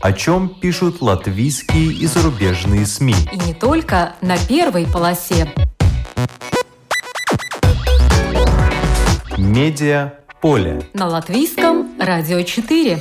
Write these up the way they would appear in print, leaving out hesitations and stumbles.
О чем пишут латвийские и зарубежные СМИ. И не только на первой полосе. Медиаполе. На Латвийском радио 4.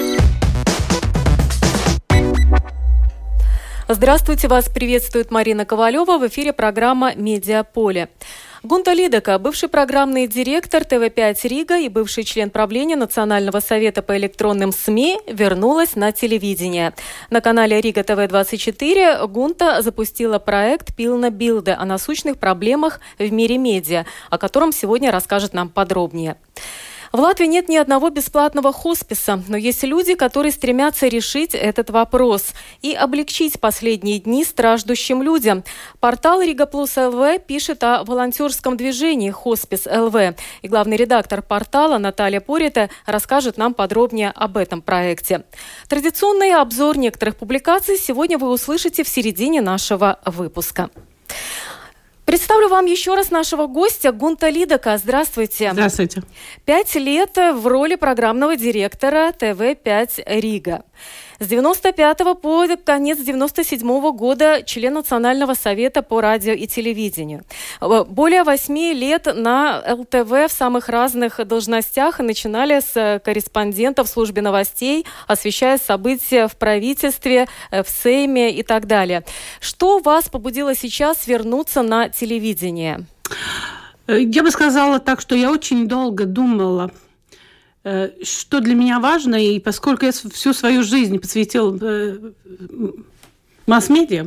Здравствуйте, вас приветствует Марина Ковалева. В эфире программа «Медиаполе». Гунта Лидека, бывший программный директор ТВ5 Рига и бывший член правления Национального совета по электронным СМИ, вернулась на телевидение. На канале Рига ТВ24 Гунта запустила проект «Пилна Билде» о насущных проблемах в мире медиа, о котором сегодня расскажет нам подробнее. В Латвии нет ни одного бесплатного хосписа, но есть люди, которые стремятся решить этот вопрос и облегчить последние дни страждущим людям. Портал Рига Плюс ЛВ пишет о волонтерском движении «Хоспис ЛВ». И главный редактор портала Наталья Порита расскажет нам подробнее об этом проекте. Традиционный обзор некоторых публикаций сегодня вы услышите в середине нашего выпуска. Представлю вам еще раз нашего гостя Гунта Лидека. Здравствуйте. Здравствуйте. 5 лет в роли программного директора ТВ5 Рига. С 95 по конец 97 года член Национального совета по радио и телевидению. Более 8 лет на ЛТВ в самых разных должностях. Начинали с корреспондента в службе новостей, освещая события в правительстве, в Сейме и так далее. Что вас побудило сейчас вернуться на телевидение? Я бы сказала так, что я очень долго думала, что для меня важно, и поскольку я всю свою жизнь посвятила масс-медиа,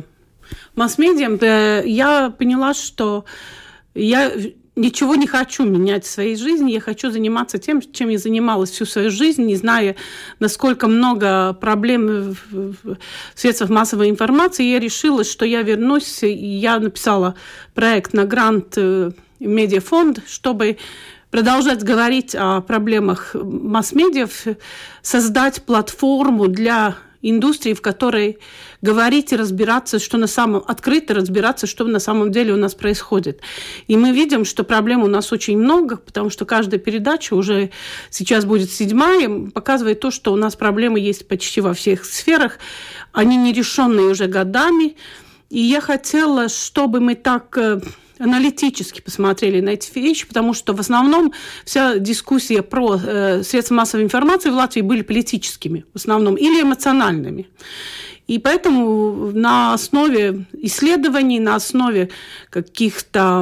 я поняла, что я ничего не хочу менять в своей жизни, я хочу заниматься тем, чем я занималась всю свою жизнь, не зная, насколько много проблем в средствах массовой информации. Я решила, что я вернусь, и я написала проект на грант Медиафонд, чтобы продолжать говорить о проблемах масс-медиа, создать платформу для индустрии, в которой говорить и разбираться, открыто разбираться, что на самом деле у нас происходит. И мы видим, что проблем у нас очень много, потому что каждая передача, уже сейчас будет 7-я, показывает то, что у нас проблемы есть почти во всех сферах. Они нерешенные уже годами. И я хотела, чтобы мы так аналитически посмотрели на эти вещи, потому что в основном вся дискуссия про средства массовой информации в Латвии были политическими, в основном, или эмоциональными. И поэтому на основе исследований, на основе каких-то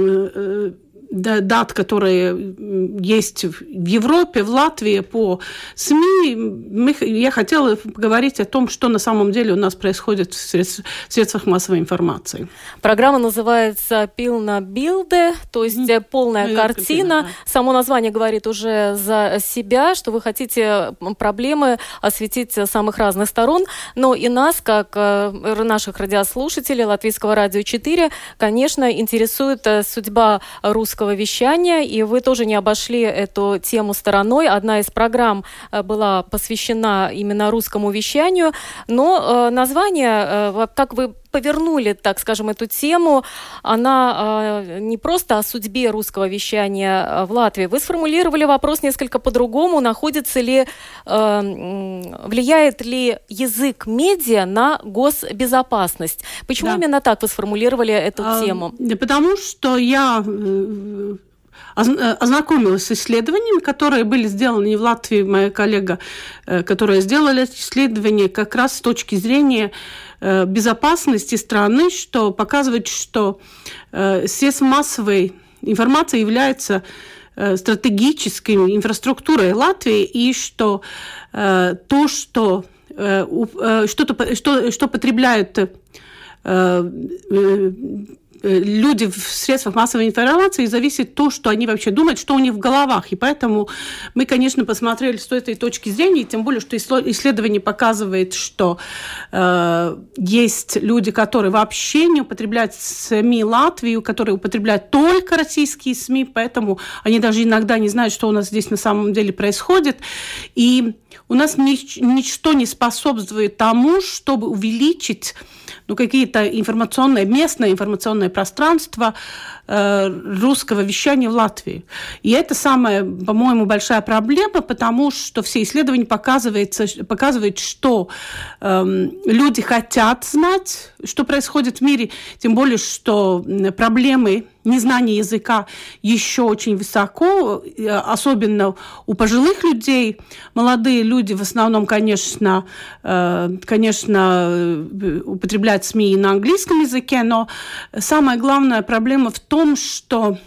дат, которые есть в Европе, в Латвии по СМИ, я хотела поговорить о том, что на самом деле у нас происходит в средствах массовой информации. Программа называется «Пилна Билде», то есть полная картина. Да. Само название говорит уже за себя, что вы хотите проблемы осветить с самых разных сторон. Но и нас, как наших радиослушателей Латвийского радио 4, конечно, интересует судьба русского вещания, и вы тоже не обошли эту тему стороной. Одна из программ была посвящена именно русскому вещанию, но название, как вы повернули, так скажем, эту тему, она не просто о судьбе русского вещания в Латвии. Вы сформулировали вопрос несколько по-другому. Влияет ли язык медиа на госбезопасность? Почему именно так вы сформулировали эту тему? Потому что я ознакомилась с исследованиями, которые были сделаны в Латвии, моя коллега, которая сделала эти исследования как раз с точки зрения безопасности страны, что показывает, что средства массовой информации являются стратегической инфраструктурой Латвии, и что то, что потребляют люди в средствах массовой информации, зависит то, что они вообще думают, что у них в головах. И поэтому мы, конечно, посмотрели с этой точки зрения, тем более, что исследование показывает, что есть люди, которые вообще не употребляют СМИ Латвии, которые употребляют только российские СМИ, поэтому они даже иногда не знают, что у нас здесь на самом деле происходит. И у нас ничто не способствует тому, чтобы увеличить какие-то местное информационное пространство русского вещания в Латвии. И это самая, по-моему, большая проблема, потому что все исследования показывают, что люди хотят знать, что происходит в мире, тем более, что проблемы незнания языка еще очень высоко, особенно у пожилых людей. Молодые люди в основном, конечно, употребляют СМИ и на английском языке, но самая главная проблема в том, что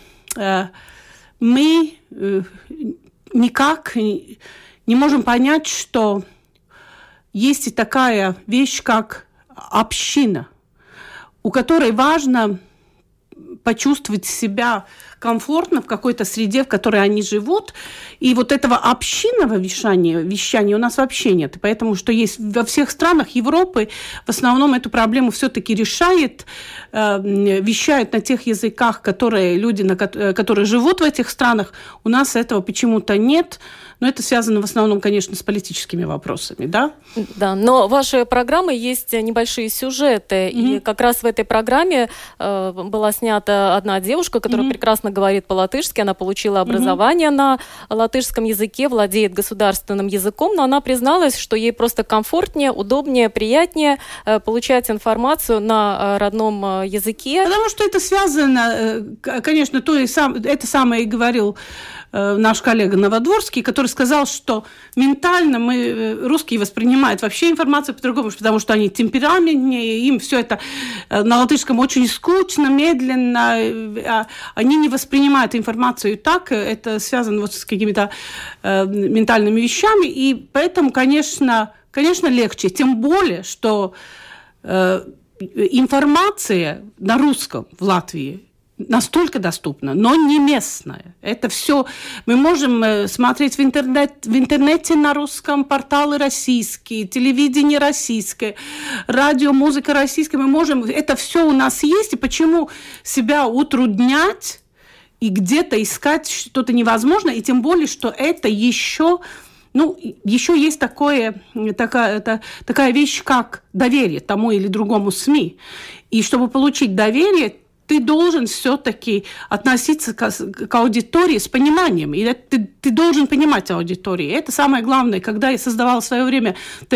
мы никак не можем понять, что есть и такая вещь, как община, у которой важно почувствовать себя комфортно в какой-то среде, в которой они живут. И вот этого общинного вещания у нас вообще нет. Поэтому что есть во всех странах Европы, в основном эту проблему все-таки вещают на тех языках, которые живут в этих странах. У нас этого почему-то нет. Но это связано в основном, конечно, с политическими вопросами, да? Да, но в вашей программе есть небольшие сюжеты. И как раз в этой программе была снята одна девушка, которая прекрасно говорит по-латышски. Она получила образование на латышском языке, владеет государственным языком, но она призналась, что ей просто комфортнее, удобнее, приятнее получать информацию на родном языке. Потому что это связано, конечно, это самое и говорил наш коллега Новодворский, который сказал, что ментально русские воспринимают вообще информацию по-другому, потому что они темпераментнее, им все это на латышском очень скучно, медленно, они не воспринимают информацию так, это связано вот с какими-то ментальными вещами, и поэтому, конечно, легче, тем более, что информация на русском в Латвии настолько доступна, но не местная. Это все мы можем смотреть в интернете на русском, порталы российские, телевидение российское, радио, музыка российская. Это все у нас есть, и почему себя утруднять и где-то искать что-то невозможно, и тем более, что это еще есть такая вещь, как доверие тому или другому СМИ. И чтобы получить доверие, ты должен все-таки относиться к аудитории с пониманием. И ты должен понимать аудиторию. Это самое главное. Когда я создавала в свое время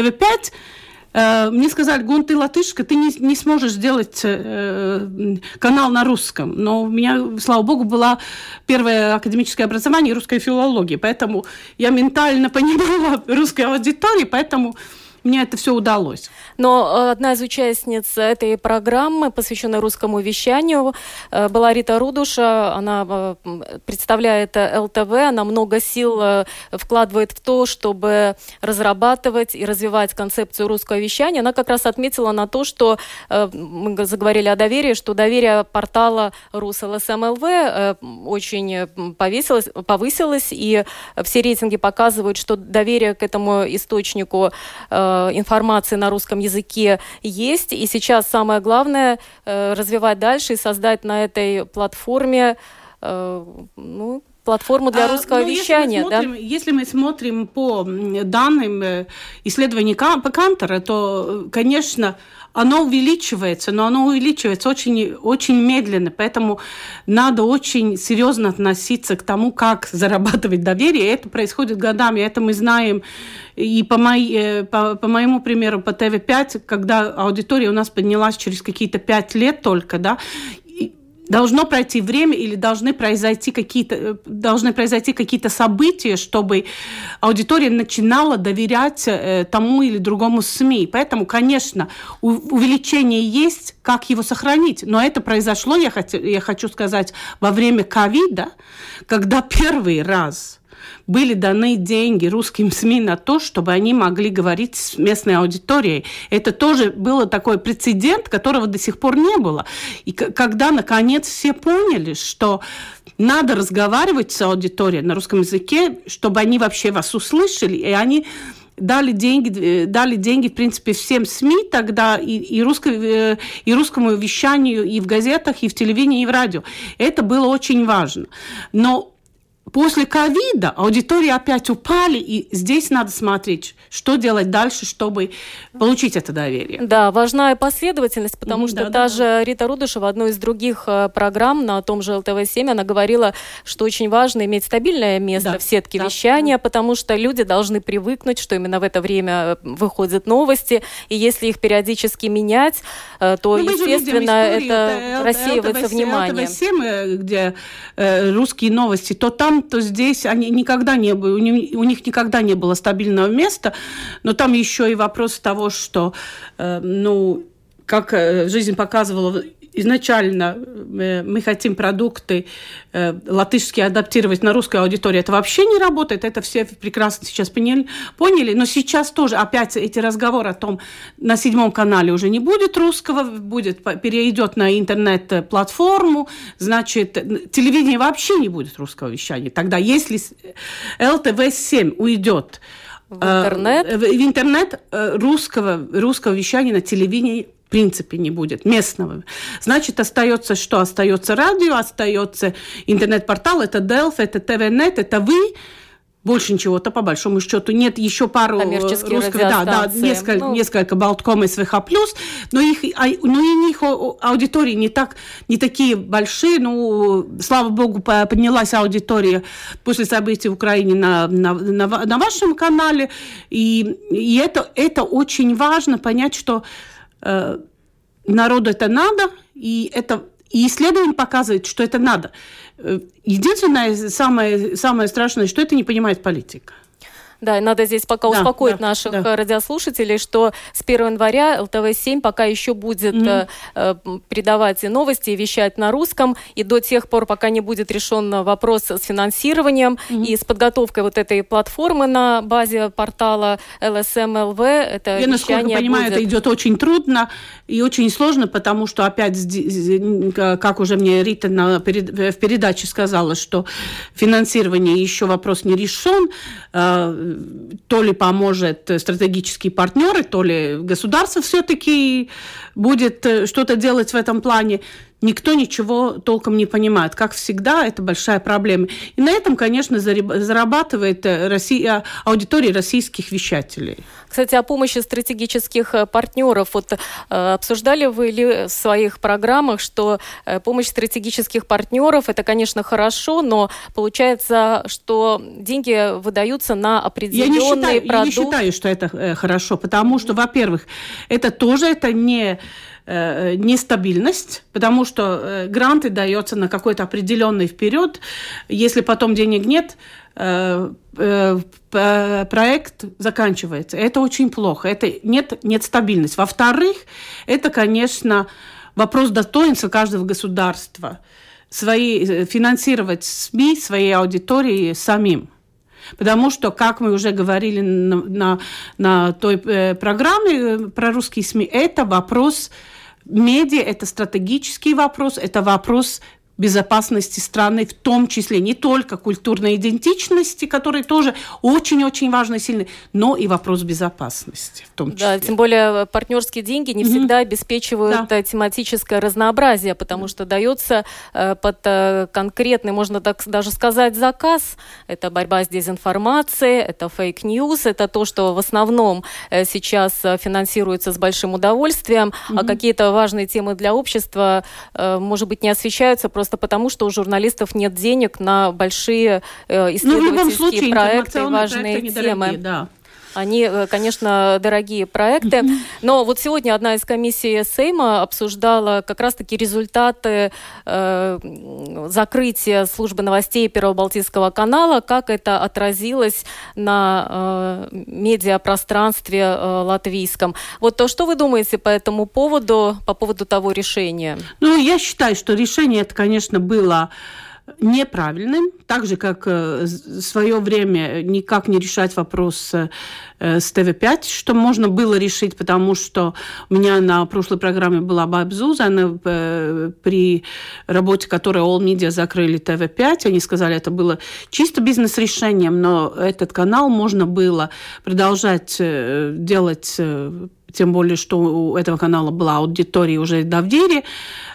ТВ5, мне сказали: Гун, ты латышка, ты не сможешь сделать канал на русском. Но у меня, слава богу, было первое академическое образование и русская филология. Поэтому я ментально понимала русскую аудиторию, поэтому мне это все удалось. Но одна из участниц этой программы, посвященной русскому вещанию, была Рита Рудуша. Она представляет ЛТВ, она много сил вкладывает в то, чтобы разрабатывать и развивать концепцию русского вещания. Она как раз отметила на то, что мы заговорили о доверии, что доверие портала РусЛСМ.ЛВ очень повысилось, и все рейтинги показывают, что доверие к этому источнику информации на русском языке есть, и сейчас самое главное развивать дальше и создать на этой платформе платформу для русского вещания. Если мы смотрим по данным исследований по Кантора, то, конечно, оно увеличивается, но оно увеличивается очень, очень медленно, поэтому надо очень серьезно относиться к тому, как зарабатывать доверие. Это происходит годами, это мы знаем и по моему примеру, по ТВ5, когда аудитория у нас поднялась через какие-то 5 лет только, да, должно пройти время или должны произойти какие-то события, чтобы аудитория начинала доверять тому или другому СМИ. Поэтому, конечно, увеличение есть, как его сохранить. Но это произошло, я хочу сказать, во время ковида, когда первый раз были даны деньги русским СМИ на то, чтобы они могли говорить с местной аудиторией. Это тоже был такой прецедент, которого до сих пор не было. И когда, наконец, все поняли, что надо разговаривать с аудиторией на русском языке, чтобы они вообще вас услышали, и они дали деньги, в принципе, всем СМИ тогда, и русскому вещанию и в газетах, и в телевидении, и в радио. Это было очень важно. Но после ковида аудитории опять упали, и здесь надо смотреть, что делать дальше, чтобы получить это доверие. Да, важна и последовательность, потому что та же Рита Рудышева в одной из других программ на том же ЛТВ-7, она говорила, что очень важно иметь стабильное место в сетке вещания, потому что люди должны привыкнуть, что именно в это время выходят новости, и если их периодически менять, то, естественно, это рассеивается внимание. ЛТВ-7, где русские новости, то там, то здесь они никогда не были, у них никогда не было стабильного места, но там еще и вопрос того, что, как жизнь показывала, изначально мы хотим продукты латышские адаптировать на русскую аудиторию. Это вообще не работает, это все прекрасно сейчас поняли, но сейчас тоже опять эти разговоры о том, на 7 канале уже не будет русского, перейдет на интернет-платформу, значит, телевидение вообще не будет русского вещания. Тогда если ЛТВ-7 уйдет в интернет, русского вещания на телевидении в принципе не будет, местного. Значит, остается что? Остается радио, остается интернет-портал, это Delfi, это ТВ.нет, это вы. Больше ничего-то, по большому счету, нет. Еще пару русских, несколько Болтком, СВХ+, но их аудитории не такие большие. Слава богу, поднялась аудитория после событий в Украине на вашем канале. И это очень важно понять, что народу это надо, и исследование показывает, что это надо. Единственное, самое страшное, что это не понимает политика. Да, и надо здесь пока успокоить наших радиослушателей, что с 1 января ЛТВ-7 пока еще будет передавать и новости, и вещать на русском, и до тех пор, пока не будет решен вопрос с финансированием и с подготовкой вот этой платформы на базе портала ЛСМ.ЛВ, это Я, насколько понимаю, это идет очень трудно и очень сложно, потому что опять, как уже мне Рита в передаче сказала, что финансирование еще вопрос не решен, то ли поможет стратегические партнеры, то ли государство все-таки будет что-то делать в этом плане. Никто ничего толком не понимает. Как всегда, это большая проблема. И на этом, конечно, зарабатывает аудитория российских вещателей. Кстати, о помощи стратегических партнеров. Обсуждали вы ли в своих программах, что помощь стратегических партнеров – это, конечно, хорошо, но получается, что деньги выдаются на определенный продукт? Я не считаю, что это хорошо, потому что, во-первых, это не нестабильность, потому что гранты даются на какой-то определенный вперед. Если потом денег нет, проект заканчивается. Это очень плохо. Это нет стабильности. Во-вторых, это, конечно, вопрос достоинства каждого государства. Финансировать СМИ, своей аудитории самим. Потому что, как мы уже говорили на той программе про русские СМИ, это вопрос медиа, это стратегический вопрос, это вопрос безопасности страны, в том числе не только культурной идентичности, которые тоже очень-очень важны и сильны, но и вопрос безопасности в том числе. Да, тем более партнерские деньги не всегда обеспечивают тематическое разнообразие, потому что дается под конкретный, можно так даже сказать, заказ. Это борьба с дезинформацией, это фейк-ньюс, это то, что в основном сейчас финансируется с большим удовольствием, а какие-то важные темы для общества, может быть, не освещаются просто потому, что у журналистов нет денег на большие исследовательские проекты и важные темы. Да. Они, конечно, дорогие проекты. Но вот сегодня одна из комиссий Сейма обсуждала как раз-таки результаты закрытия службы новостей Первого Балтийского канала, как это отразилось на медиапространстве латвийском. Вот то, что вы думаете по этому поводу, по поводу того решения? Я считаю, что решение это, конечно, было неправильным, так же, как в свое время никак не решать вопрос с ТВ5, что можно было решить, потому что у меня на прошлой программе была Баба Зуза, при работе которой All Media закрыли ТВ5, они сказали, это было чисто бизнес-решением, но этот канал можно было продолжать делать, тем более, что у этого канала была аудитория уже в Давдире,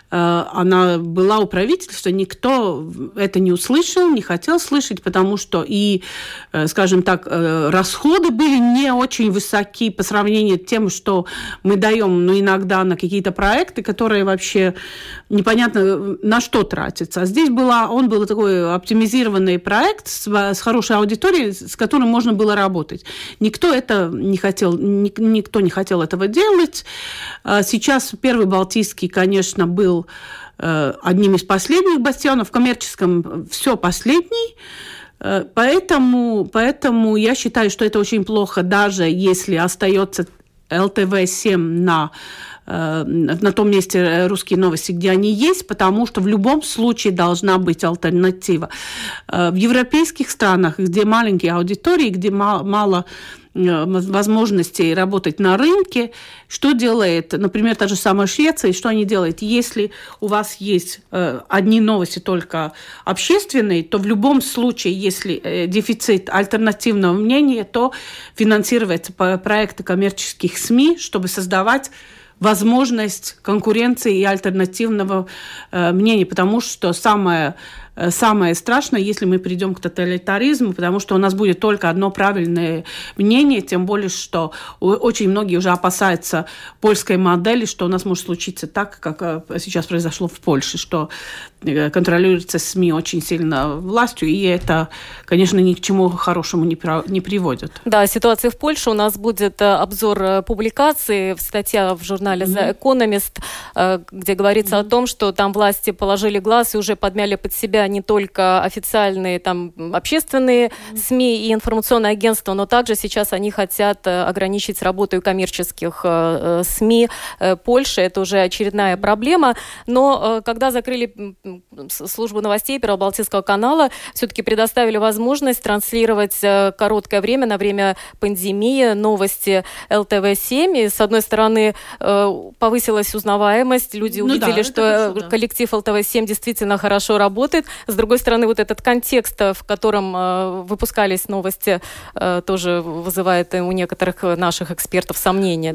она была у правительства, никто это не услышал, не хотел слышать, потому что и, скажем так, расходы были не очень высоки по сравнению с тем, что мы даем, иногда на какие-то проекты, которые вообще непонятно на что тратятся. А здесь он был такой оптимизированный проект с хорошей аудиторией, с которым можно было работать. Никто не хотел этого делать. Сейчас первый Балтийский, конечно, был одним из последних бастионов, в коммерческом все последний. Поэтому я считаю, что это очень плохо, даже если остается ЛТВ-7 на том месте «Русские новости», где они есть, потому что в любом случае должна быть альтернатива. В европейских странах, где маленькие аудитории, где мало возможностей работать на рынке, что делает, например, та же самая Швеция, что они делают? Если у вас есть одни новости только общественные, то в любом случае, если дефицит альтернативного мнения, то финансируются проекты коммерческих СМИ, чтобы создавать возможность конкуренции и альтернативного мнения, потому что самое страшное, если мы придем к тоталитаризму, потому что у нас будет только одно правильное мнение, тем более, что очень многие уже опасаются польской модели, что у нас может случиться так, как сейчас произошло в Польше, что контролируется СМИ очень сильно властью, и это, конечно, ни к чему хорошему не приводит. Да, ситуация в Польше. У нас будет обзор публикации, статья в журнале The Economist, где говорится о том, что там власти положили глаз и уже подмяли под себя не только официальные там общественные СМИ и информационные агентства, но также сейчас они хотят ограничить работу и коммерческих СМИ Польши. Это уже очередная проблема. Но когда закрыли службу новостей Первого Балтийского канала, все-таки предоставили возможность транслировать короткое время, на время пандемии, новости ЛТВ-7. И, с одной стороны, повысилась узнаваемость, люди увидели, что коллектив ЛТВ-7 действительно хорошо работает. С другой стороны, вот этот контекст, в котором выпускались новости, тоже вызывает у некоторых наших экспертов сомнения.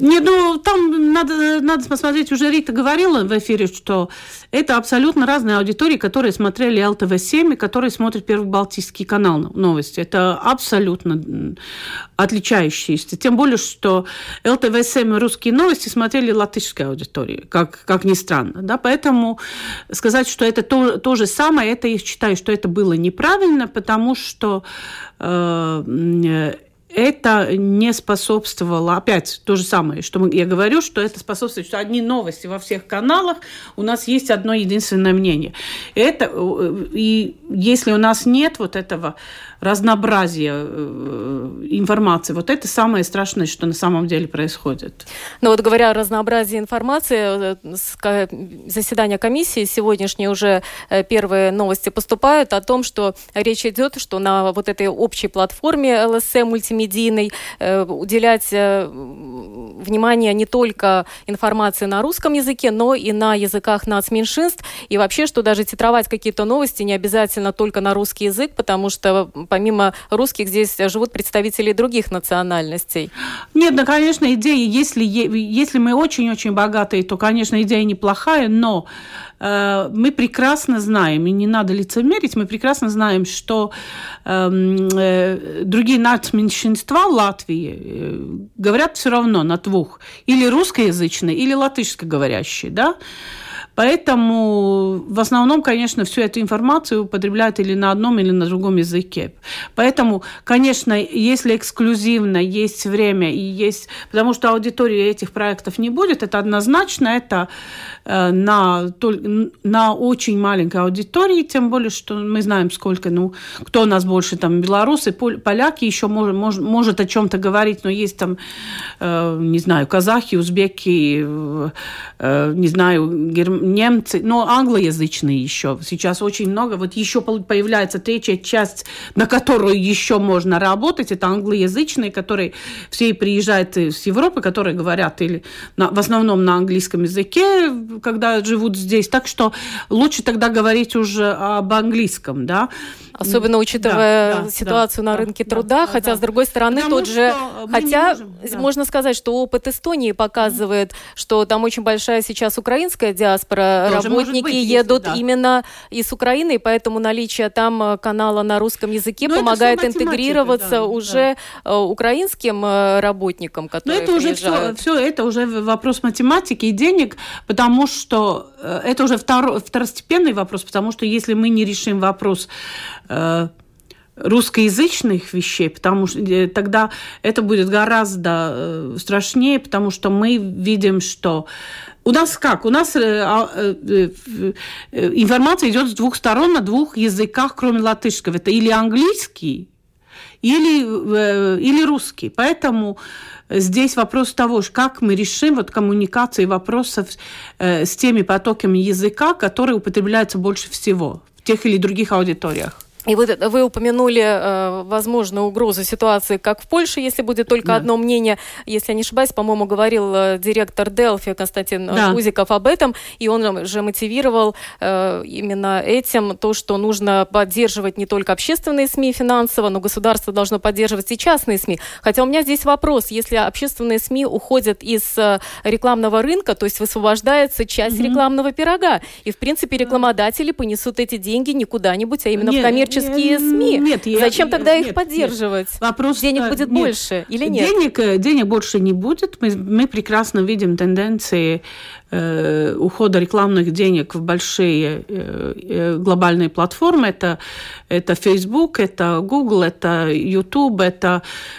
Там надо посмотреть, уже Рита говорила в эфире, что это абсолютно разные аудитории, которые смотрели ЛТВ-7 и которые смотрят Первый Балтийский канал новости. Это абсолютно отличающиеся. Тем более, что ЛТВ-7 и Русские новости смотрели латышской аудитории, как ни странно. Да? Поэтому сказать, что это то же самое, это я считаю, что это было неправильно, потому что это не способствовало, опять то же самое, что я говорю, что это способствует, что одни новости во всех каналах, у нас есть одно единственное мнение. И если у нас нет вот этого разнообразия информации, вот это самое страшное, что на самом деле происходит. Но вот говоря о разнообразии информации, заседание комиссии сегодняшние уже первые новости поступают о том, что речь идет, что на вот этой общей платформе ЛСМ мультимедийной уделять внимание не только информации на русском языке, но и на языках нацменьшинств, и вообще, что даже титровать какие-то новости не обязательно только на русский язык, потому что помимо русских здесь живут представители других национальностей. Нет, конечно, идея, если мы очень-очень богатые, то, конечно, идея неплохая, но мы прекрасно знаем, и не надо лицемерить, мы прекрасно знаем, что другие нацменьшинства Латвии говорят все равно на двух, или русскоязычные, или латышскоговорящие, да? Поэтому в основном, конечно, всю эту информацию употребляют или на одном, или на другом языке. Поэтому, конечно, если эксклюзивно есть время и есть... Потому что аудитории этих проектов не будет, это однозначно, это на очень маленькой аудитории, тем более, что мы знаем, сколько, кто у нас больше, там, белорусы, поляки еще может о чем-то говорить, но есть там, не знаю, казахи, узбеки, не знаю, немцы, но англоязычные еще. Сейчас очень много. Вот еще появляется третья часть, на которую еще можно работать. Это англоязычные, которые все приезжают из Европы, которые говорят в основном на английском языке, когда живут здесь. Так что лучше тогда говорить уже об английском, да. Особенно учитывая ситуацию на рынке труда, хотя, с другой стороны, можно сказать, что опыт Эстонии показывает, что там очень большая сейчас украинская диаспора, работники едут именно из Украины, и поэтому наличие там канала на русском языке помогает интегрироваться уже украинским работникам, которые приезжают. Все это уже вопрос математики и денег, потому что это уже второстепенный вопрос, потому что если мы не решим вопрос русскоязычных вещей, потому что тогда это будет гораздо страшнее, потому что мы видим, что у нас информация идет с двух сторон на двух языках, кроме латышского. Это или английский, или русский. Поэтому здесь вопрос того, как мы решим коммуникации вопросов с теми потоками языка, которые употребляются больше всего в тех или других аудиториях. И вы упомянули возможную угрозу ситуации, как в Польше, если будет только одно мнение. Если я не ошибаюсь, по-моему, говорил директор Делфи Константин Кузиков об этом, и он же мотивировал именно этим то, что нужно поддерживать не только общественные СМИ финансово, но государство должно поддерживать и частные СМИ. Хотя у меня здесь вопрос. Если общественные СМИ уходят из рекламного рынка, то есть высвобождается часть рекламного пирога, и, в принципе, рекламодатели понесут эти деньги не куда-нибудь, а именно в коммерческие СМИ. Зачем тогда их поддерживать? Вопрос, денег будет больше или нет? Денег больше не будет. Мы прекрасно видим тенденции ухода рекламных денег в большие глобальные платформы. Это Facebook, это Google, это YouTube, это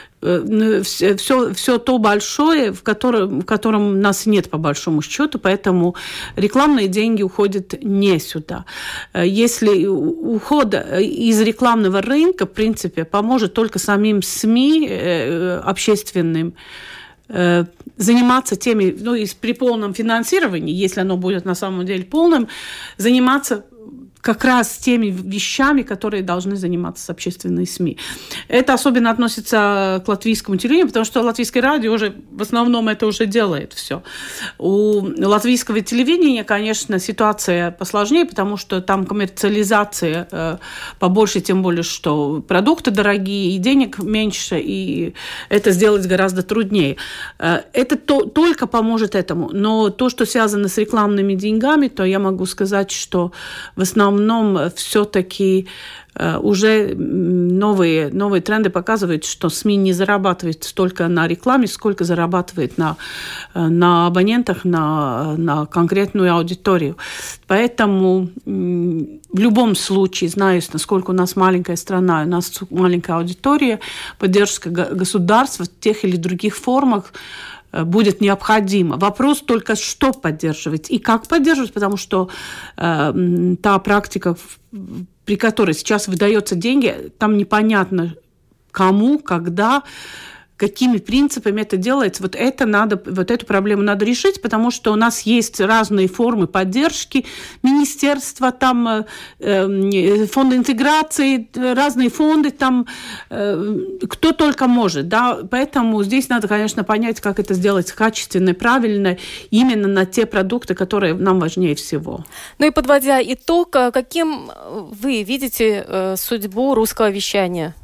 все то большое, в котором нас нет по большому счету, поэтому рекламные деньги уходят не сюда. Если уход из рекламного рынка, в принципе, поможет только самим СМИ общественным заниматься теми, при полном финансировании, если оно будет на самом деле полным, заниматься как раз теми вещами, которые должны заниматься общественные СМИ. Это особенно относится к латвийскому телевидению, потому что латвийское радио уже в основном это уже делает все. У латвийского телевидения, конечно, ситуация посложнее, потому что там коммерциализация побольше, тем более, что продукты дорогие, и денег меньше, и это сделать гораздо труднее. Это только поможет этому. Но то, что связано с рекламными деньгами, то я могу сказать, что в основном все-таки уже новые тренды показывают, что СМИ не зарабатывают столько на рекламе, сколько зарабатывает на абонентах, на конкретную аудиторию. Поэтому в любом случае, зная, насколько у нас маленькая страна, у нас маленькая аудитория, поддержка государства в тех или других формах будет необходимо. Вопрос только, что поддерживать и как поддерживать, потому что та практика, при которой сейчас выдаются деньги, там непонятно кому, когда, какими принципами это делается. Вот эту проблему надо решить, потому что у нас есть разные формы поддержки, министерства, там фонды интеграции, разные фонды, там кто только может. Да? Поэтому здесь надо, конечно, понять, как это сделать качественно и правильно, именно на те продукты, которые нам важнее всего. Ну и подводя итог, каким вы видите судьбу русского вещания?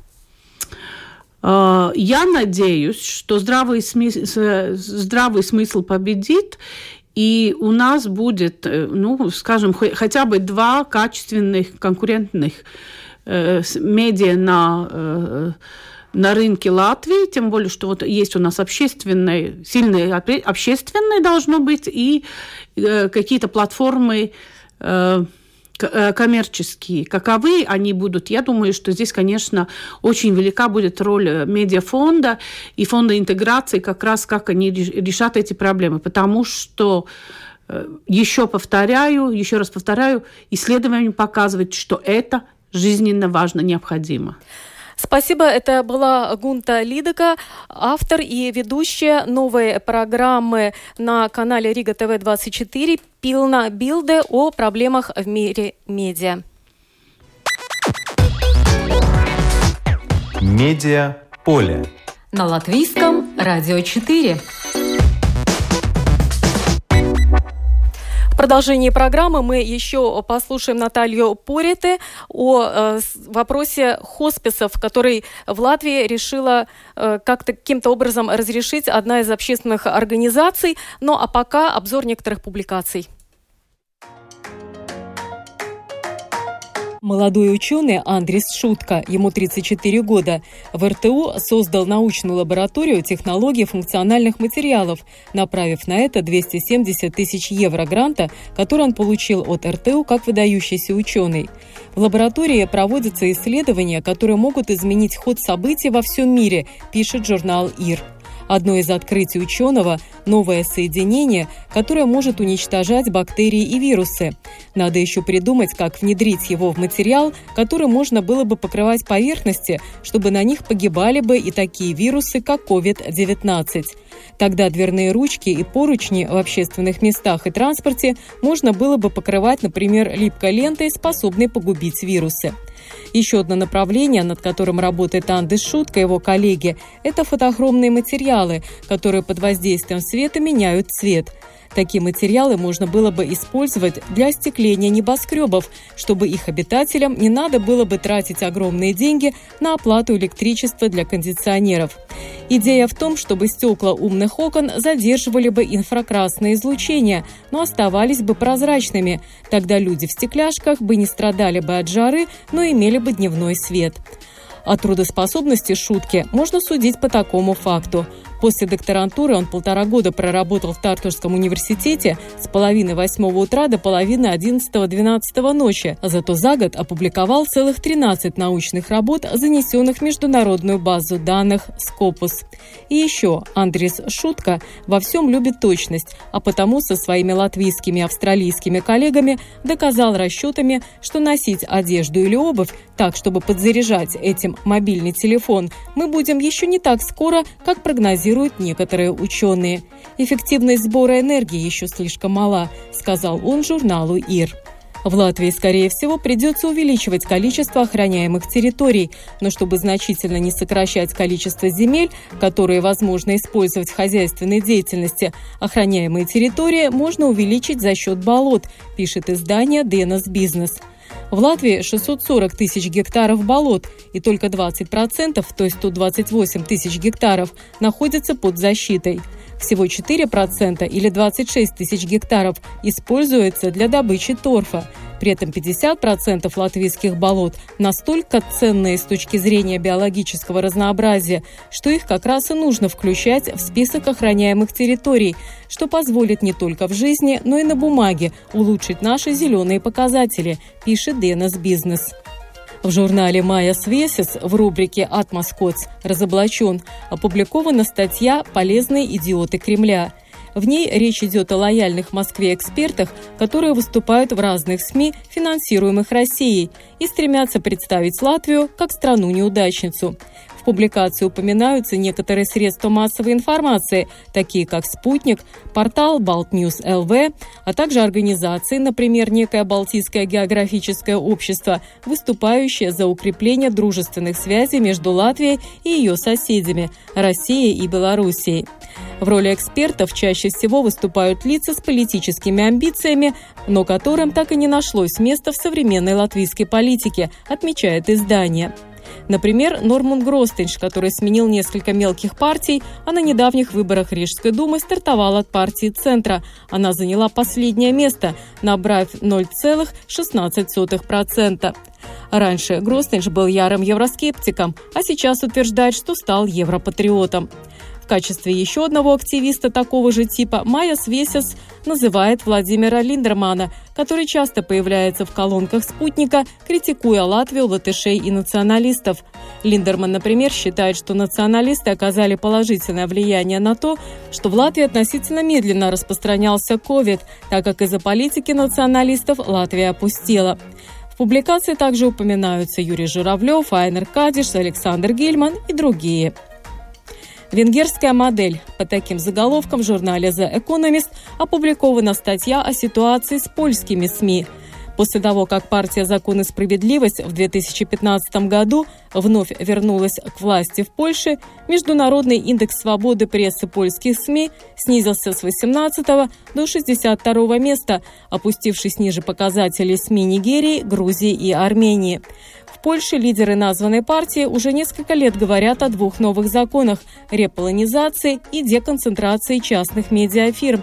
Я надеюсь, что здравый смысл победит, и у нас будет, скажем, хотя бы 2 качественных конкурентных медиа на рынке Латвии, тем более, что вот есть у нас сильное общественное должно быть, и какие-то платформы коммерческие. Каковы они будут? Я думаю, что здесь, конечно, очень велика будет роль медиафонда и фонда интеграции, как раз как они решат эти проблемы. Потому что, еще раз повторяю, исследования показывают, что это жизненно важно, необходимо. Спасибо. Это была Гунта Лидека, автор и ведущая новой программы на канале Рига ТВ-24 «Пилна Билде» о проблемах в мире медиа. Медиаполе. На Латвийском радио 4. В продолжении программы мы еще послушаем Наталью Порите о вопросе хосписов, который в Латвии решила каким-то образом разрешить одна из общественных организаций. Ну а пока обзор некоторых публикаций. Молодой ученый Андрис Шутка, ему 34 года, в РТУ создал научную лабораторию технологий функциональных материалов, направив на это 270 тысяч евро гранта, который он получил от РТУ как выдающийся ученый. В лаборатории проводятся исследования, которые могут изменить ход событий во всем мире, пишет журнал ИР. Одно из открытий ученого – новое соединение, которое может уничтожать бактерии и вирусы. Надо еще придумать, как внедрить его в материал, который можно было бы покрывать поверхности, чтобы на них погибали бы и такие вирусы, как COVID-19. Тогда дверные ручки и поручни в общественных местах и транспорте можно было бы покрывать, например, липкой лентой, способной погубить вирусы. Еще одно направление, над которым работает Андрис Шутка и его коллеги, это фотохромные материалы, которые под воздействием света меняют цвет. Такие материалы можно было бы использовать для остекления небоскребов, чтобы их обитателям не надо было бы тратить огромные деньги на оплату электричества для кондиционеров. Идея в том, чтобы стекла умных окон задерживали бы инфракрасное излучение, но оставались бы прозрачными. Тогда люди в стекляшках бы не страдали бы от жары, но имели бы дневной свет. О трудоспособности Шутки можно судить по такому факту. После докторантуры он 1,5 года проработал в Тартусском университете с половины 8 утра до половины 11-12 ночи, а зато за год опубликовал целых 13 научных работ, занесенных в международную базу данных Scopus. И еще Андрис Шутка во всем любит точность, а потому со своими латвийскими и австралийскими коллегами доказал расчетами, что носить одежду или обувь так, чтобы подзаряжать этим мобильный телефон, мы будем еще не так скоро, как прогнозируют некоторые ученые. Эффективность сбора энергии еще слишком мала, сказал он журналу ИР. В Латвии, скорее всего, придется увеличивать количество охраняемых территорий, но чтобы значительно не сокращать количество земель, которые возможно использовать в хозяйственной деятельности, охраняемые территории можно увеличить за счет болот, пишет издание Dienas Business. В Латвии 640 тысяч гектаров болот, и только 20%, то есть 128 тысяч гектаров, находятся под защитой. Всего 4% или 26 тысяч гектаров используется для добычи торфа. При этом 50% латвийских болот настолько ценные с точки зрения биологического разнообразия, что их как раз и нужно включать в список охраняемых территорий, что позволит не только в жизни, но и на бумаге улучшить наши зеленые показатели, пишет Dienas Business. В журнале «Майя Свесис» в рубрике «Атмоскотс. Разоблачен» опубликована статья «Полезные идиоты Кремля». В ней речь идет о лояльных Москве экспертах, которые выступают в разных СМИ, финансируемых Россией, и стремятся представить Латвию как страну-неудачницу. В публикации упоминаются некоторые средства массовой информации, такие как «Спутник», портал «Балтньюз ЛВ», а также организации, например, некое Балтийское географическое общество, выступающее за укрепление дружественных связей между Латвией и ее соседями – Россией и Белоруссией. В роли экспертов чаще всего выступают лица с политическими амбициями, но которым так и не нашлось места в современной латвийской политике, отмечает издание. Например, Нормунд Гростенш, который сменил несколько мелких партий, а на недавних выборах Рижской думы стартовал от партии Центра. Она заняла последнее место, набрав 0,16%. Раньше Гростенш был ярым евроскептиком, а сейчас утверждает, что стал европатриотом. В качестве еще одного активиста такого же типа Майя Свесис называет Владимира Линдермана, который часто появляется в колонках «Спутника», критикуя Латвию, латышей и националистов. Линдерман, например, считает, что националисты оказали положительное влияние на то, что в Латвии относительно медленно распространялся COVID, так как из-за политики националистов Латвия опустела. В публикации также упоминаются Юрий Журавлев, Айнер Кадиш, Александр Гельман и другие. Венгерская модель. По таким заголовкам в журнале The Economist опубликована статья о ситуации с польскими СМИ. После того, как партия «Закон и справедливость» в 2015 году вновь вернулась к власти в Польше, международный индекс свободы прессы польских СМИ снизился с 18 до 62 места, опустившись ниже показателей СМИ Нигерии, Грузии и Армении. В Польше лидеры названной партии уже несколько лет говорят о двух новых законах – реполонизации и деконцентрации частных медиафирм.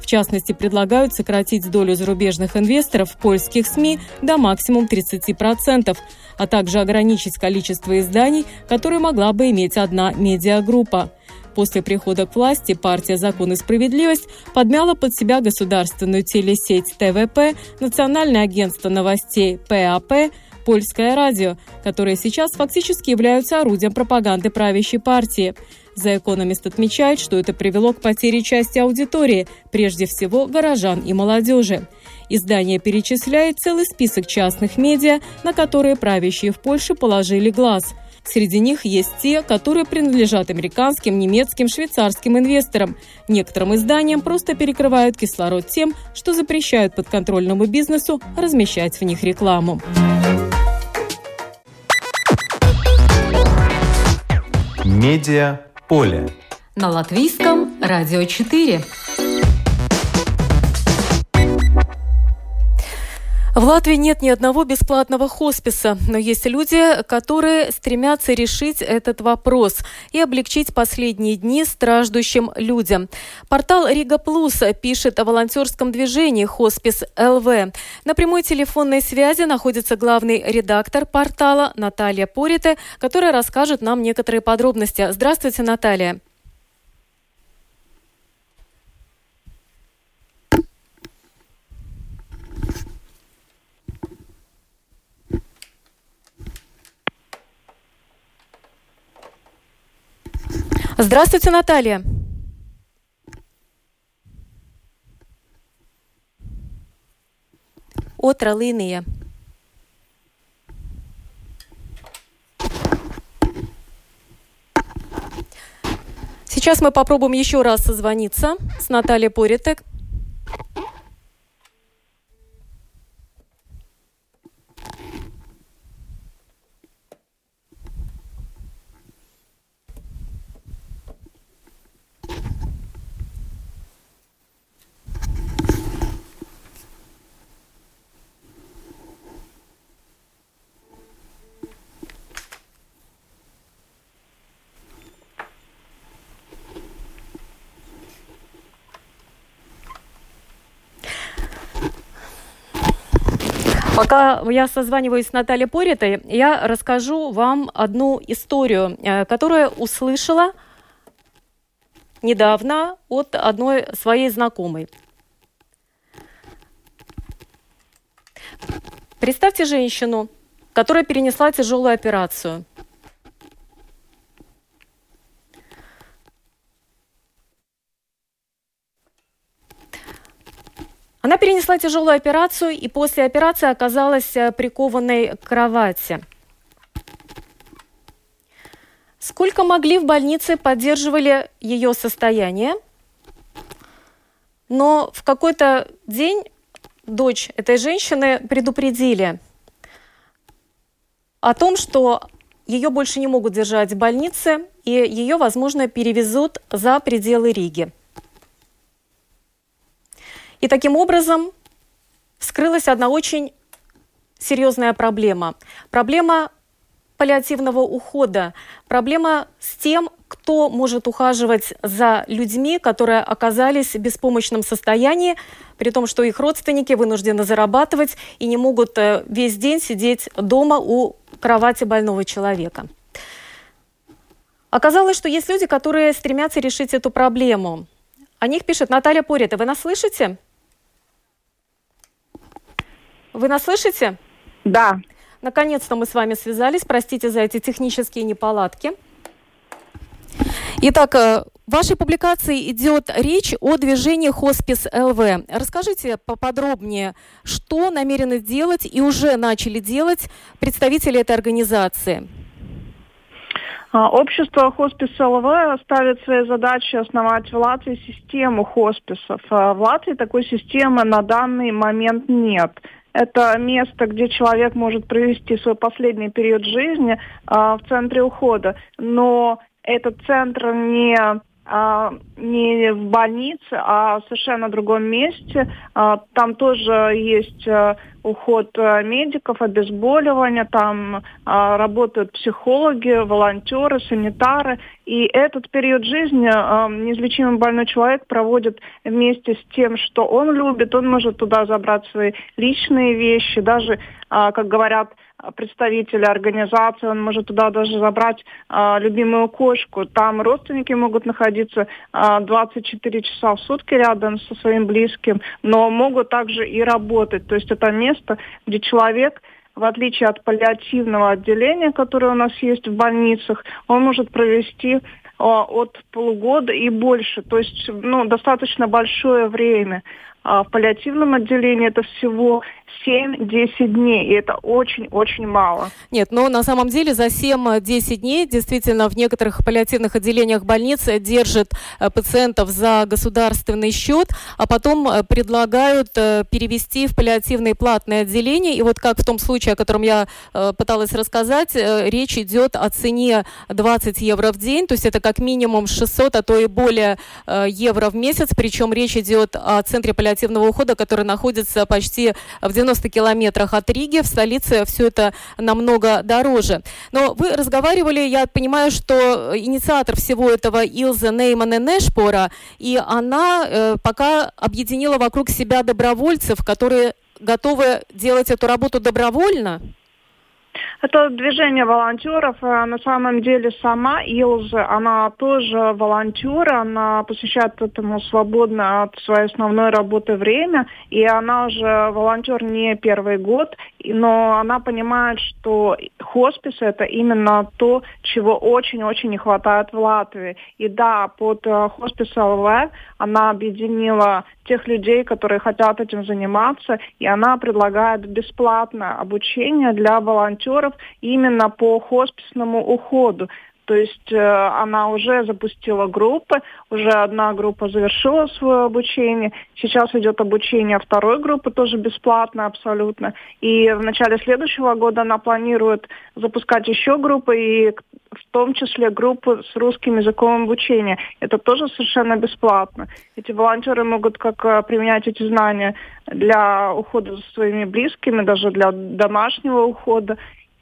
В частности, предлагают сократить долю зарубежных инвесторов в польских СМИ до максимум 30%, а также ограничить количество изданий, которые могла бы иметь одна медиагруппа. После прихода к власти партия «Закон и справедливость» подмяла под себя государственную телесеть ТВП, Национальное агентство новостей ПАП, Польское радио, которые сейчас фактически являются орудием пропаганды правящей партии. The Economist отмечает, что это привело к потере части аудитории, прежде всего горожан и молодежи. Издание перечисляет целый список частных медиа, на которые правящие в Польше положили глаз. Среди них есть те, которые принадлежат американским, немецким, швейцарским инвесторам. Некоторым изданиям просто перекрывают кислород тем, что запрещают подконтрольному бизнесу размещать в них рекламу. Медиаполе. На Латвийском радио 4. В Латвии нет ни одного бесплатного хосписа, но есть люди, которые стремятся решить этот вопрос и облегчить последние дни страждущим людям. Портал Рига Плюс пишет о волонтерском движении «Хоспис ЛВ». На прямой телефонной связи находится главный редактор портала Наталья Порита, которая расскажет нам некоторые подробности. Здравствуйте, Наталья. Здравствуйте, Наталья. Otra линия. Сейчас мы попробуем еще раз созвониться с Натальей Поритек. Пока я созваниваюсь с Натальей Поритой, я расскажу вам одну историю, которую услышала недавно от одной своей знакомой. Представьте женщину, которая перенесла тяжелую операцию. Она перенесла тяжелую операцию и после операции оказалась прикованной к кровати. Сколько могли, в больнице поддерживали ее состояние, но в какой-то день дочь этой женщины предупредили о том, что ее больше не могут держать в больнице, и ее, возможно, перевезут за пределы Риги. И таким образом вскрылась одна очень серьезная проблема. Проблема паллиативного ухода. Проблема с тем, кто может ухаживать за людьми, которые оказались в беспомощном состоянии, при том, что их родственники вынуждены зарабатывать и не могут весь день сидеть дома у кровати больного человека. Оказалось, что есть люди, которые стремятся решить эту проблему. О них пишет Наталья Порита. Вы нас слышите? Вы нас слышите? Да. Наконец-то мы с вами связались. Простите за эти технические неполадки. Итак, в вашей публикации идет речь о движении «Хоспис ЛВ». Расскажите поподробнее, что намерены делать и уже начали делать представители этой организации. Общество «Хоспис ЛВ» ставит своей задачей основать в Латвии систему хосписов. В Латвии такой системы на данный момент нет. Это место, где человек может провести свой последний период жизни в центре ухода. Но этот центр не не в больнице, а в совершенно другом месте. Там тоже есть уход медиков, обезболивание, там работают психологи, волонтеры, санитары. И этот период жизни неизлечимый больной человек проводит вместе с тем, что он любит. Он может туда забрать свои личные вещи, даже, как говорят представители организации, он может туда даже забрать любимую кошку. Там родственники могут находиться 24 часа в сутки рядом со своим близким, но могут также и работать. То есть это место, где человек, в отличие от паллиативного отделения, которое у нас есть в больницах, он может провести от полугода и больше. То есть достаточно большое время. В паллиативном отделении это всего 7-10 дней, и это очень-очень мало. Нет, но на самом деле за 7-10 дней действительно в некоторых паллиативных отделениях больницы держат пациентов за государственный счет, а потом предлагают перевести в паллиативные платные отделения. И вот как в том случае, о котором я пыталась рассказать, речь идет о цене 20 евро в день, то есть это как минимум 600, а то и более евро в месяц, причем речь идет о центре паллиативного ухода, который находится почти в 90 километрах от Риги. В столице все это намного дороже. Но вы разговаривали, я понимаю, что инициатор всего этого Илза Нейман Эшпора, и она пока объединила вокруг себя добровольцев, которые готовы делать эту работу добровольно. Это движение волонтеров. На самом деле сама Илза, она тоже волонтер, она посвящает этому свободно от своей основной работы время, и она уже волонтер не первый год, но она понимает, что хоспис – это именно то, чего очень-очень не хватает в Латвии. И да, под хоспис ЛВ она объединила тех людей, которые хотят этим заниматься, и она предлагает бесплатное обучение для волонтеров именно по хосписному уходу. То есть она уже запустила группы, уже одна группа завершила свое обучение, сейчас идет обучение второй группы, тоже бесплатно абсолютно. И в начале следующего года она планирует запускать еще группы, и в том числе группы с русским языком обучения. Это тоже совершенно бесплатно. Эти волонтеры могут как применять эти знания для ухода за своими близкими, даже для домашнего ухода.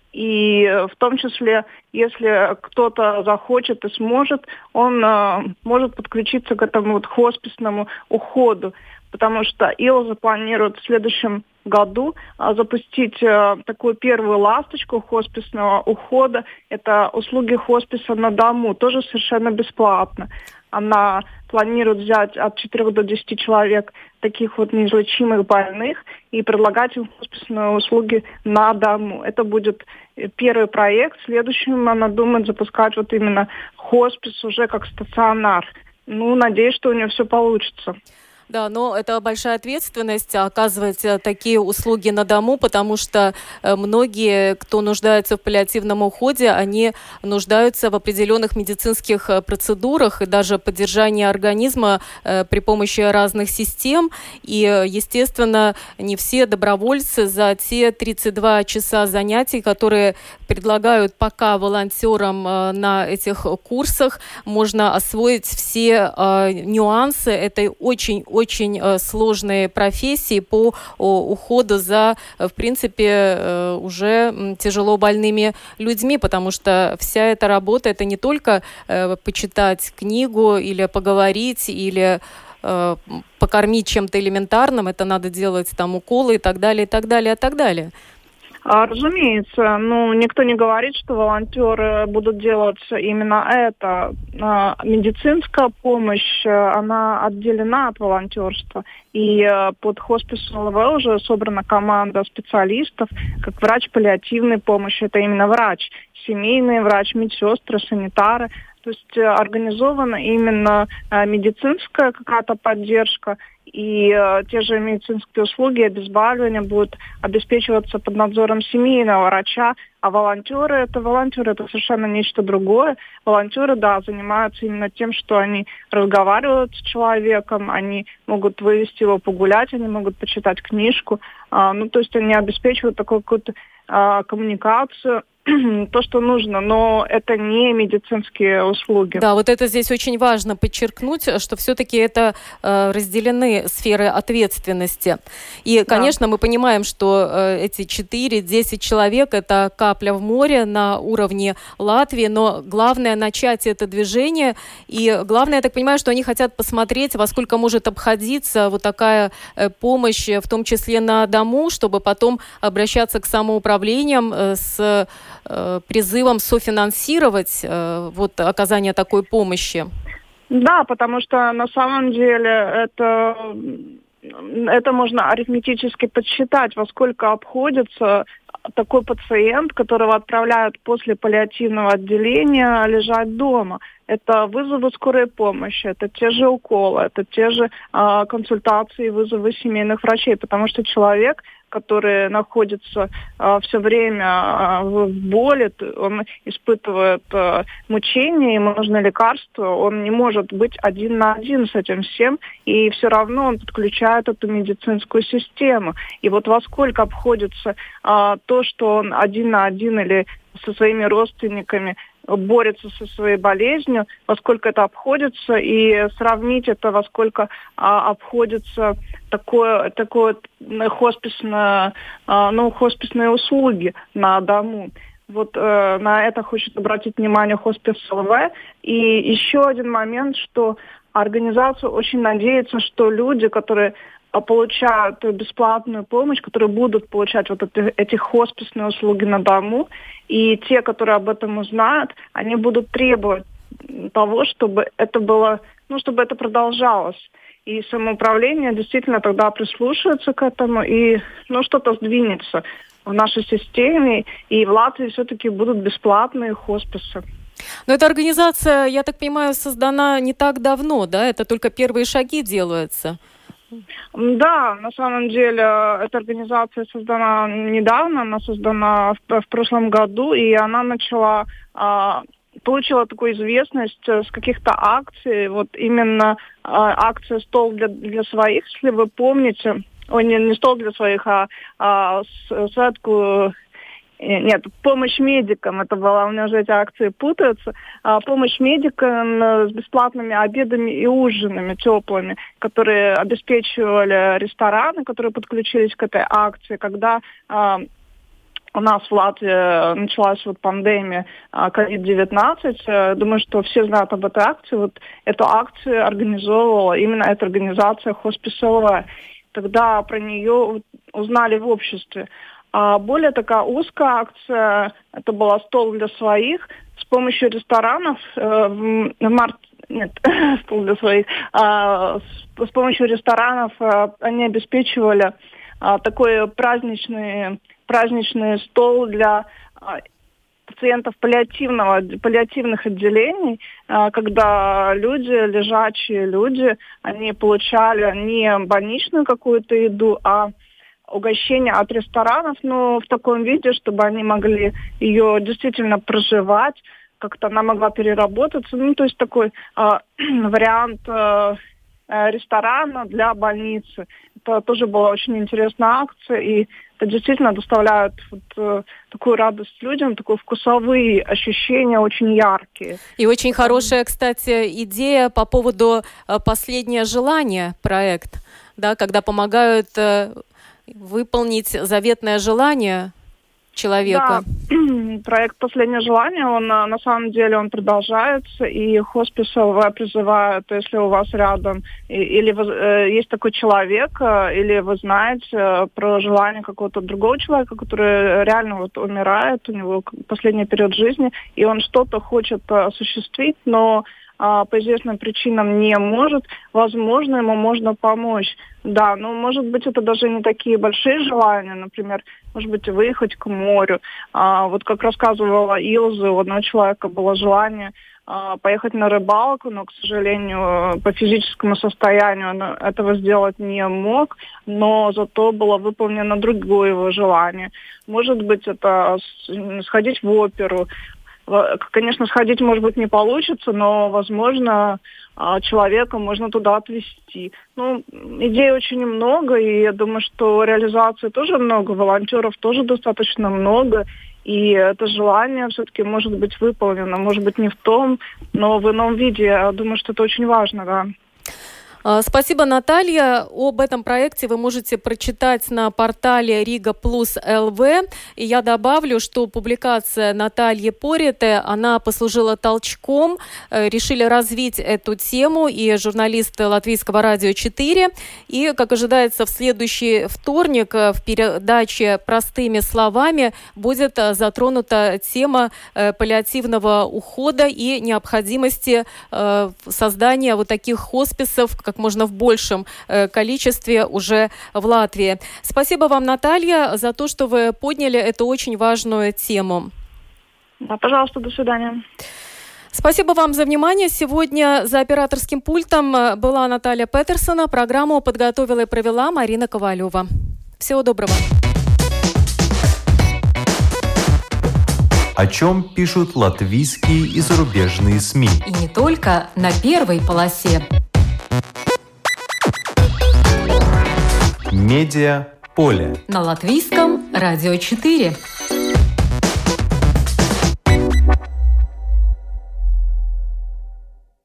И в том числе, если кто-то захочет и сможет, он может подключиться к этому вот хосписному уходу. Потому что Илза планирует в следующем году запустить такую первую ласточку хосписного ухода. Это услуги хосписа на дому, тоже совершенно бесплатно. Она планирует взять от 4 до 10 человек таких вот неизлечимых больных и предлагать им хосписные услуги на дому. Это будет первый проект. Следующим она думает запускать вот именно хоспис уже как стационар. Надеюсь, что у нее все получится. Да, но это большая ответственность оказывать такие услуги на дому, потому что многие, кто нуждается в паллиативном уходе, они нуждаются в определенных медицинских процедурах и даже поддержании организма при помощи разных систем. И, естественно, не все добровольцы за те 32 часа занятий, которые предлагают пока волонтерам на этих курсах, можно освоить все нюансы этой очень сложные профессии по уходу за, в принципе, уже тяжело больными людьми, потому что вся эта работа – это не только почитать книгу или поговорить, или покормить чем-то элементарным, это надо делать там уколы и так далее, и так далее, и так далее. Разумеется, никто не говорит, что волонтеры будут делать именно это. Медицинская помощь, она отделена от волонтерства. И под хоспис ЛВ уже собрана команда специалистов, как врач паллиативной помощи, это именно врач, семейный врач, медсестры, санитары. То есть организована именно медицинская какая-то поддержка, и те же медицинские услуги, обезболивание будут обеспечиваться под надзором семейного врача, а волонтеры это совершенно нечто другое. Волонтеры, да, занимаются именно тем, что они разговаривают с человеком, они могут вывести его погулять, они могут почитать книжку, то есть они обеспечивают такую какую-то коммуникацию то, что нужно, но это не медицинские услуги. Да, вот это здесь очень важно подчеркнуть, что все-таки это разделены сферы ответственности. И, конечно, мы понимаем, что эти 4-10 человек – это капля в море на уровне Латвии, но главное начать это движение. И главное, я так понимаю, что они хотят посмотреть, во сколько может обходиться вот такая помощь, в том числе на дому, чтобы потом обращаться к самоуправлениям с призывом софинансировать вот оказание такой помощи. Да, потому что на самом деле это можно арифметически подсчитать, во сколько обходится такой пациент, которого отправляют после паллиативного отделения лежать дома. Это вызовы скорой помощи, это те же уколы, это те же консультации, вызовы семейных врачей, потому что человек, который находится все время в боли, он испытывает мучения, ему нужны лекарства, он не может быть один на один с этим всем, и все равно он подключает эту медицинскую систему. И вот во сколько обходится то, что он один на один или со своими родственниками борется со своей болезнью, во сколько это обходится, и сравнить это, во сколько обходится такое хосписные услуги на дому. Вот на это хочет обратить внимание Хоспис ЛВ. И еще один момент, что организация очень надеется, что люди, которые получают бесплатную помощь, которые будут получать вот эти хосписные услуги на дому, и те, которые об этом узнают, они будут требовать того, чтобы это было, чтобы это продолжалось. И самоуправление действительно тогда прислушается к этому, и что-то сдвинется в нашей системе, и в Латвии все-таки будут бесплатные хосписы. Но эта организация, я так понимаю, создана не так давно, да? Это только первые шаги делаются. Да, на самом деле эта организация создана недавно, она создана в прошлом году, и она получила такую известность с каких-то акций, вот именно акция «Стол для своих», если вы помните, не «Стол для своих», а садку... Нет, помощь медикам, это была, у меня уже эти акции путаются, помощь медикам с бесплатными обедами и ужинами теплыми, которые обеспечивали рестораны, которые подключились к этой акции, когда у нас в Латвии началась пандемия COVID-19. Думаю, что все знают об этой акции. Вот эту акцию организовывала именно эта организация Хоспис ЛВ. Тогда про нее узнали в обществе. А более такая узкая акция, это была «Стол для своих», с помощью ресторанов стол для своих, с помощью ресторанов они обеспечивали такой праздничный стол для пациентов паллиативных отделений, когда лежачие люди, они получали не больничную какую-то еду, а угощение от ресторанов, но в таком виде, чтобы они могли ее действительно проживать, как-то она могла переработаться. То есть такой вариант ресторана для больницы. Это тоже была очень интересная акция, и это действительно доставляет такую радость людям, такие вкусовые ощущения очень яркие. И очень хорошая, кстати, идея по поводу «Последнее желание» проект, да, когда помогают выполнить заветное желание человека. Да, проект «Последнее желание», он на самом деле он продолжается, и Хоспис ЛВ призывает, если у вас рядом или есть такой человек, или вы знаете про желание какого-то другого человека, который реально умирает, у него последний период жизни, и он что-то хочет осуществить, но по известным причинам не может, возможно, ему можно помочь. Да, может быть, это даже не такие большие желания, например, может быть, выехать к морю. Вот как рассказывала Илза, у одного человека было желание поехать на рыбалку, но, к сожалению, по физическому состоянию он этого сделать не мог, но зато было выполнено другое его желание. Может быть, это сходить в оперу. Конечно, сходить, может быть, не получится, но, возможно, человека можно туда отвезти. Идей очень много, и я думаю, что реализации тоже много, волонтеров тоже достаточно много. И это желание все-таки может быть выполнено, может быть не в том, но в ином виде. Я думаю, что это очень важно, да. Спасибо, Наталья. Об этом проекте вы можете прочитать на портале Рига Плюс ЛВ. И я добавлю, что публикация Натальи Порите, она послужила толчком. Решили развить эту тему и журналисты Латвийского радио 4. И, как ожидается, в следующий вторник в передаче «Простыми словами» будет затронута тема паллиативного ухода и необходимости создания вот таких хосписов, как можно в большем количестве уже в Латвии. Спасибо вам, Наталья, за то, что вы подняли эту очень важную тему. Да, пожалуйста, до свидания. Спасибо вам за внимание. Сегодня за операторским пультом была Наталья Петерсона. Программу подготовила и провела Марина Ковалева. Всего доброго. О чем пишут латвийские и зарубежные СМИ. И не только на первой полосе. Медиа поле. На Латвийском радио 4.